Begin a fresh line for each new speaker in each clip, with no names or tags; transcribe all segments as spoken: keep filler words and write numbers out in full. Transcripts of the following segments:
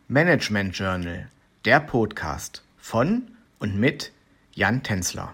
Management Journal, der Podcast von und mit Jan Tänzler.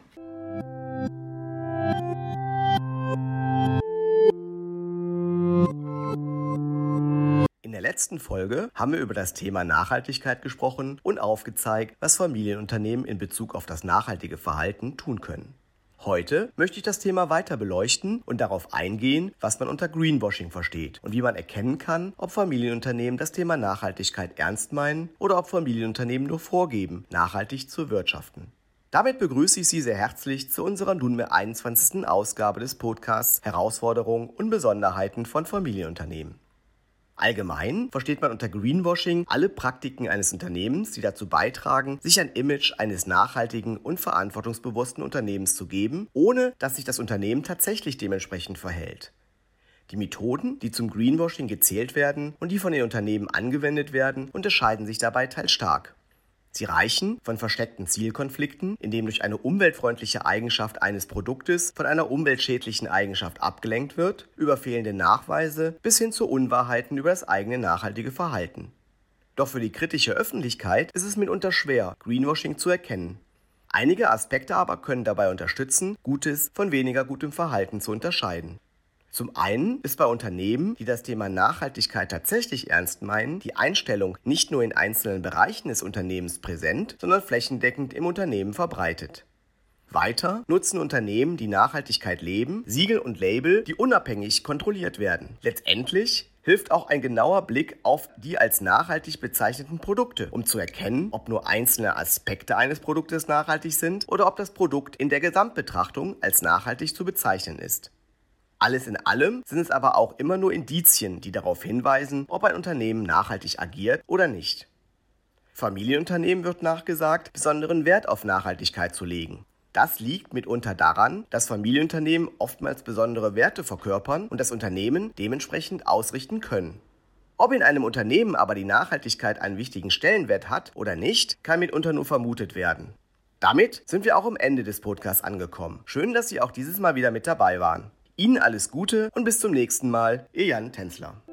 In der letzten Folge haben wir über das Thema Nachhaltigkeit gesprochen und aufgezeigt, was Familienunternehmen in Bezug auf das nachhaltige Verhalten tun können. Heute möchte ich das Thema weiter beleuchten und darauf eingehen, was man unter Greenwashing versteht und wie man erkennen kann, ob Familienunternehmen das Thema Nachhaltigkeit ernst meinen oder ob Familienunternehmen nur vorgeben, nachhaltig zu wirtschaften. Damit begrüße ich Sie sehr herzlich zu unserer nunmehr einundzwanzigsten Ausgabe des Podcasts Herausforderungen und Besonderheiten von Familienunternehmen. Allgemein versteht man unter Greenwashing alle Praktiken eines Unternehmens, die dazu beitragen, sich ein Image eines nachhaltigen und verantwortungsbewussten Unternehmens zu geben, ohne dass sich das Unternehmen tatsächlich dementsprechend verhält. Die Methoden, die zum Greenwashing gezählt werden und die von den Unternehmen angewendet werden, unterscheiden sich dabei teils stark. Sie reichen von versteckten Zielkonflikten, in dem durch eine umweltfreundliche Eigenschaft eines Produktes von einer umweltschädlichen Eigenschaft abgelenkt wird, über fehlende Nachweise bis hin zu Unwahrheiten über das eigene nachhaltige Verhalten. Doch für die kritische Öffentlichkeit ist es mitunter schwer, Greenwashing zu erkennen. Einige Aspekte aber können dabei unterstützen, gutes von weniger gutem Verhalten zu unterscheiden. Zum einen ist bei Unternehmen, die das Thema Nachhaltigkeit tatsächlich ernst meinen, die Einstellung nicht nur in einzelnen Bereichen des Unternehmens präsent, sondern flächendeckend im Unternehmen verbreitet. Weiter nutzen Unternehmen, die Nachhaltigkeit leben, Siegel und Label, die unabhängig kontrolliert werden. Letztendlich hilft auch ein genauer Blick auf die als nachhaltig bezeichneten Produkte, um zu erkennen, ob nur einzelne Aspekte eines Produktes nachhaltig sind oder ob das Produkt in der Gesamtbetrachtung als nachhaltig zu bezeichnen ist. Alles in allem sind es aber auch immer nur Indizien, die darauf hinweisen, ob ein Unternehmen nachhaltig agiert oder nicht. Familienunternehmen wird nachgesagt, besonderen Wert auf Nachhaltigkeit zu legen. Das liegt mitunter daran, dass Familienunternehmen oftmals besondere Werte verkörpern und das Unternehmen dementsprechend ausrichten können. Ob in einem Unternehmen aber die Nachhaltigkeit einen wichtigen Stellenwert hat oder nicht, kann mitunter nur vermutet werden. Damit sind wir auch am Ende des Podcasts angekommen. Schön, dass Sie auch dieses Mal wieder mit dabei waren. Ihnen alles Gute und bis zum nächsten Mal, Ihr Jan Tänzler.